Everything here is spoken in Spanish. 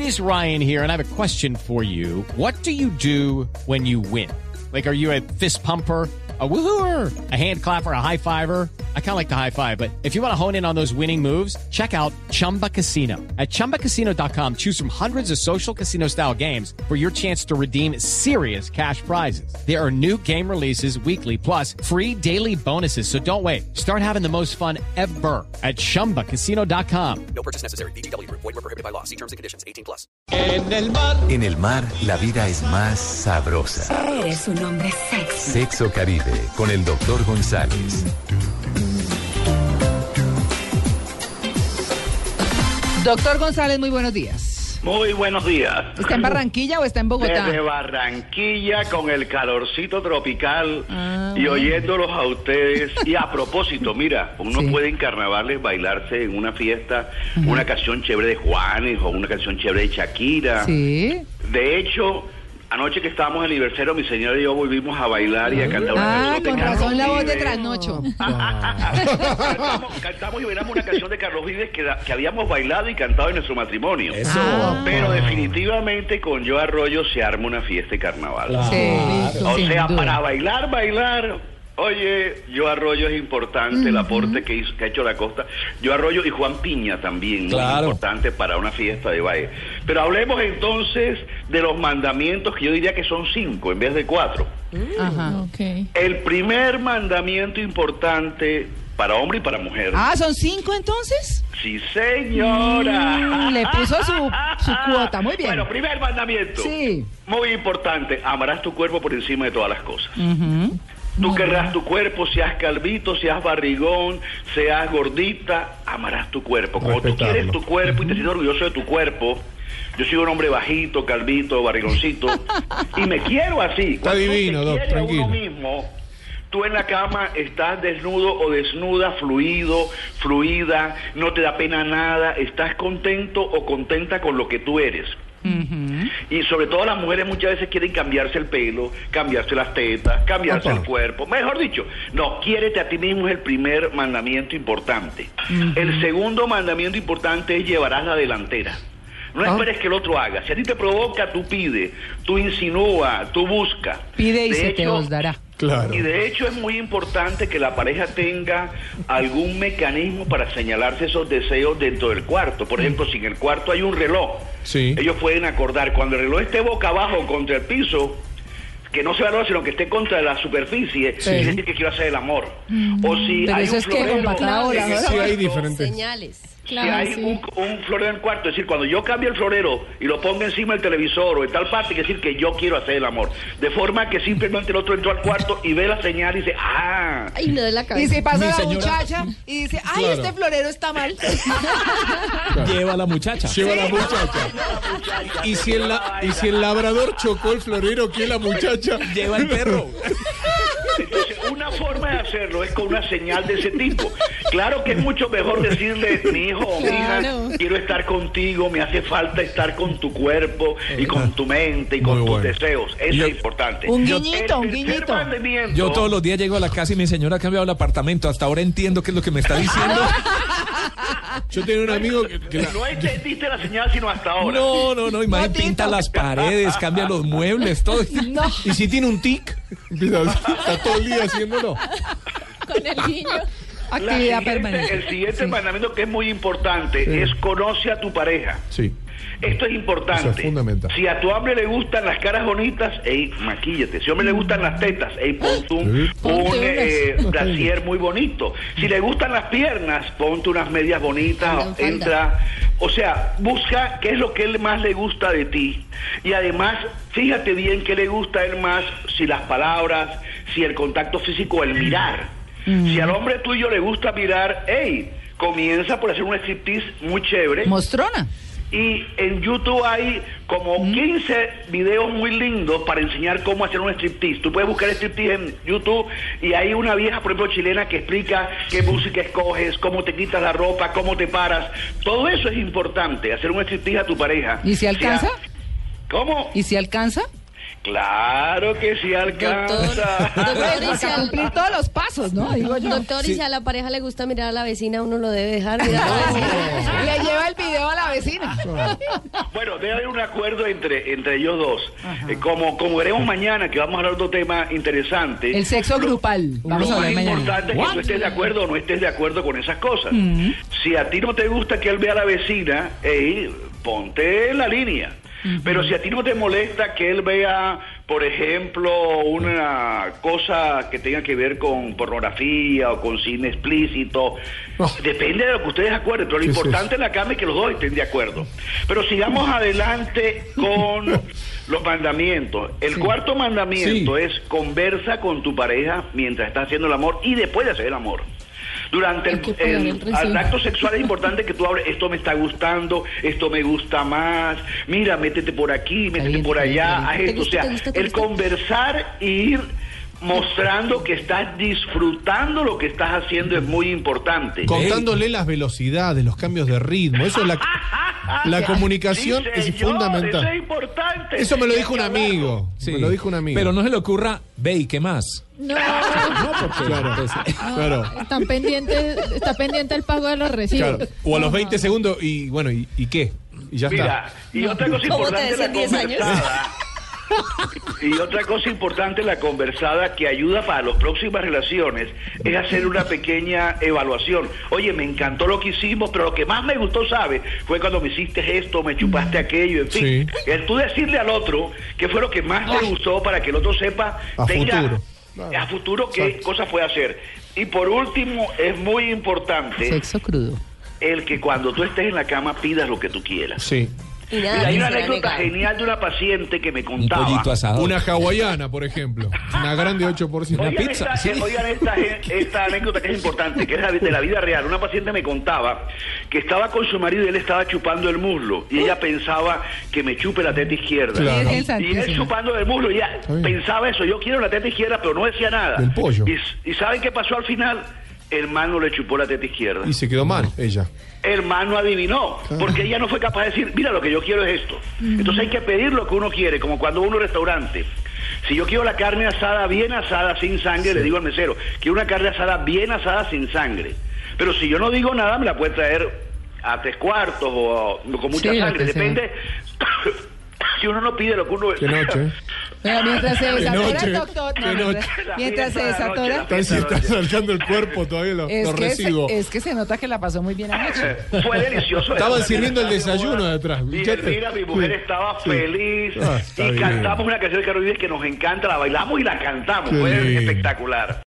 It is Ryan here, and I have a question for you. What do you do when you win? Like, are you a fist pumper, a woohooer, a hand clapper, a high fiver? I kind of like the high five, but if you want to hone in on those winning moves, check out Chumba Casino. At ChumbaCasino.com, choose from hundreds of social casino-style games for your chance to redeem serious cash prizes. There are new game releases weekly, plus free daily bonuses. So don't wait. Start having the most fun ever at ChumbaCasino.com. No purchase necessary. VGW Group. Void where prohibited by law. See terms and conditions. 18+. En el mar, la vida es más sabrosa. Eres un hombre sexy. Sexo Caribe, con el Dr. González. Doctor González, muy buenos días. Muy buenos días. ¿Está en Barranquilla o está en Bogotá? Desde Barranquilla con el calorcito tropical y oyéndolos a ustedes. Y a propósito, mira, uno puede en carnavales bailarse en una fiesta una canción chévere de Juanes o una canción chévere de Shakira. Sí. De hecho, anoche que estábamos en aniversario, mi señora y yo volvimos a bailar y a cantar una canción de con Carlos razón la voz de Vives. trasnocho. Cantamos y bailamos una canción de Carlos Vives que habíamos bailado y cantado en nuestro matrimonio. Eso. Pero definitivamente con Joe Arroyo se arma una fiesta de carnaval. Sí, O sin sea, duda. para bailar. Oye, Joe Arroyo es importante, el aporte que ha hecho la costa. Joe Arroyo y Juan Piña también, claro, muy importante para una fiesta de baile. Pero hablemos entonces de los mandamientos, que yo diría que son 5 en vez de 4. Ajá. Okay. El primer mandamiento importante para hombre y para mujer. Ah, ¿son 5 entonces? Sí, señora. Le puso su cuota, muy bien. Bueno, primer mandamiento. Sí. Muy importante, amarás tu cuerpo por encima de todas las cosas. Ujú. Tú querrás tu cuerpo, seas calvito, seas barrigón, seas gordita, amarás tu cuerpo. Como tú quieres tu cuerpo y te sientes orgulloso de tu cuerpo, yo soy un hombre bajito, calvito, barrigoncito, y me quiero así. Está divino, Doc, tranquilo. tranquilo. Uno mismo, tú en la cama estás desnudo o desnuda, fluida, no te da pena nada, estás contento o contenta con lo que tú eres. Y sobre todo las mujeres muchas veces quieren cambiarse el pelo, cambiarse las tetas, cambiarse el cuerpo. Mejor dicho, no, quiérete a ti mismo es el primer mandamiento importante. El segundo mandamiento importante es llevarás la delantera. No esperes que el otro haga. Si a ti te provoca, tú pide, tú insinúa, tú busca. Pide y De se te hecho, os dará. Claro. Y de hecho es muy importante que la pareja tenga algún mecanismo para señalarse esos deseos dentro del cuarto. Por ejemplo, si en el cuarto hay un reloj, Sí. ellos pueden acordar, cuando el reloj esté boca abajo contra el piso, que no se valora, sino que esté contra la superficie, quiere decir que quiero hacer el amor. O si Pero hay eso un es que florero con cada hora, en el ¿no? Sí, hay cuarto, diferentes. Señales. si hay un florero en el cuarto, es decir, cuando yo cambio el florero y lo pongo encima del televisor o en tal parte, quiere decir que yo quiero hacer el amor. De forma que simplemente el otro entró al cuarto y ve la señal y dice, ¡ah! Ay, no de la Y cabeza. se pasa Mi la señora- muchacha y dice, ay, Claro. este florero está mal. Lleva a la muchacha. Lleva a la muchacha. Y si el labrador chocó el florero, ¿quién la muchacha? Lleva el perro. Entonces, una forma de hacerlo es con una señal de ese tipo. Claro que es mucho mejor decirle, mi hijo o mi hija, Claro. quiero estar contigo, me hace falta estar con tu cuerpo y con tu mente y con Muy tus bueno. deseos. Eso es importante. Un guiñito, un El tercer guiñito. mandamiento- Yo todos los días llego a la casa y mi señora ha cambiado el apartamento. Hasta ahora entiendo qué es lo que me está diciendo. Yo tenía un amigo que No entendiste la señal sino hasta ahora. No, imagínate, Tito. pinta las paredes, cambia los muebles, todo. No. y si tiene un tic, está todo el día haciéndolo. Con el niño. Actividad permanente. El siguiente mandamiento que es muy importante es conoce a tu pareja. Sí. Esto es importante. Eso es fundamental. Si a tu hombre le gustan las caras bonitas, maquíllate. Si a hombre le gustan las tetas, ponte un brasier muy bonito. Si le gustan las piernas, ponte unas medias bonitas, Falda. entra. O sea, busca qué es lo que él más le gusta de ti. Y además, fíjate bien qué le gusta a él más, si las palabras, si el contacto físico, el mirar. Si al hombre tuyo le gusta mirar, comienza por hacer un striptease muy chévere. Mostrona. Y en YouTube hay como 15 videos muy lindos para enseñar cómo hacer un striptease. Tú puedes buscar striptease en YouTube y hay una vieja, por ejemplo, chilena que explica qué música escoges, cómo te quitas la ropa, cómo te paras. Todo eso es importante, hacer un striptease a tu pareja. ¿Y si alcanza? ¿Cómo? ¿Y si alcanza? Claro que sí alcanza. Pues, para cumplir todos los pasos, ¿no? Digo yo. Doctor, y si a la pareja le gusta mirar a la vecina, uno lo debe dejar mirar a la vecina. Le lleva el video a la vecina. Bueno, debe haber un acuerdo entre ellos dos. Como veremos mañana, que vamos a hablar de otro tema interesante. El sexo grupal. Vamos a Lo más hablar mañana. importante es que tú estés de acuerdo o no estés de acuerdo con esas cosas. Si a ti no te gusta que él vea a la vecina, ponte en la línea. Pero si a ti no te molesta que él vea, por ejemplo, una cosa que tenga que ver con pornografía o con cine explícito, depende de lo que ustedes acuerden, pero lo importante en la cama es que los dos estén de acuerdo. Pero sigamos adelante con los mandamientos. El cuarto mandamiento es conversa con tu pareja mientras estás haciendo el amor y después de hacer el amor. Durante el acto sexual es importante que tú hables, esto me está gustando, esto me gusta más, mira, métete por aquí, métete por allá, haz esto. O sea, el conversar e ir mostrando que estás disfrutando lo que estás haciendo es muy importante. Contándole las velocidades, los cambios de ritmo, eso es la comunicación es fundamental. Eso es importante. Eso me lo dijo un amigo. Sí. Me lo dijo un amigo. Pero no se le ocurra, ve y qué más. No, porque claro. está pendiente el pago de los recibos. Claro. O a los 20 segundos y bueno, ¿y qué? Y ya Mira, está. y otra cosa ¿Cómo te importante la decían 10 años? conversada. Y otra cosa importante la conversada que ayuda para las próximas relaciones es hacer una pequeña evaluación. Oye, me encantó lo que hicimos, pero lo que más me gustó, ¿sabes? Fue cuando me hiciste esto, me chupaste aquello, en fin. Sí. El tú decirle al otro qué fue lo que más te gustó para que el otro sepa a futuro qué cosa puede hacer. Y por último, es muy importante Sexo crudo. el que cuando tú estés en la cama pidas lo que tú quieras. Sí. Y nada, Mira, hay una que será anécdota legal. genial de una paciente que me Un contaba. pollito asado. Una hawaiana, por ejemplo. Una grande 8%. Una Oigan, pizza, esta anécdota que es importante, que es de la vida real. Una paciente me contaba que estaba con su marido y él estaba chupando el muslo. Y ella pensaba que me chupe la teta izquierda. Claro. Y él chupando el muslo, y ella pensaba eso. Yo quiero la teta izquierda, pero no decía nada. Del pollo. ¿Y saben qué pasó al final? El man no le chupó la teta izquierda. Y se quedó mal, ella. El man no adivinó, porque ella no fue capaz de decir, mira, lo que yo quiero es esto. Entonces hay que pedir lo que uno quiere, como cuando uno en un restaurante. Si yo quiero la carne asada bien asada, sin sangre, le digo al mesero, quiero una carne asada bien asada, sin sangre. Pero si yo no digo nada, me la puede traer a 3/4 o con mucha sangre, depende. Si uno no pide lo que uno... Qué noche. Pero mientras se desatora, noche, doctor, qué noche. mientras se desatora, Está saltando el cuerpo todavía los residuos. es que se nota que la pasó muy bien anoche. Fue delicioso. Estaban sirviendo el desayuno de atrás. Y mira, mi mujer estaba feliz. Ah, está y bien. cantamos una canción de Carlos Vives que nos encanta, la bailamos y la cantamos. Qué Fue lindo. espectacular.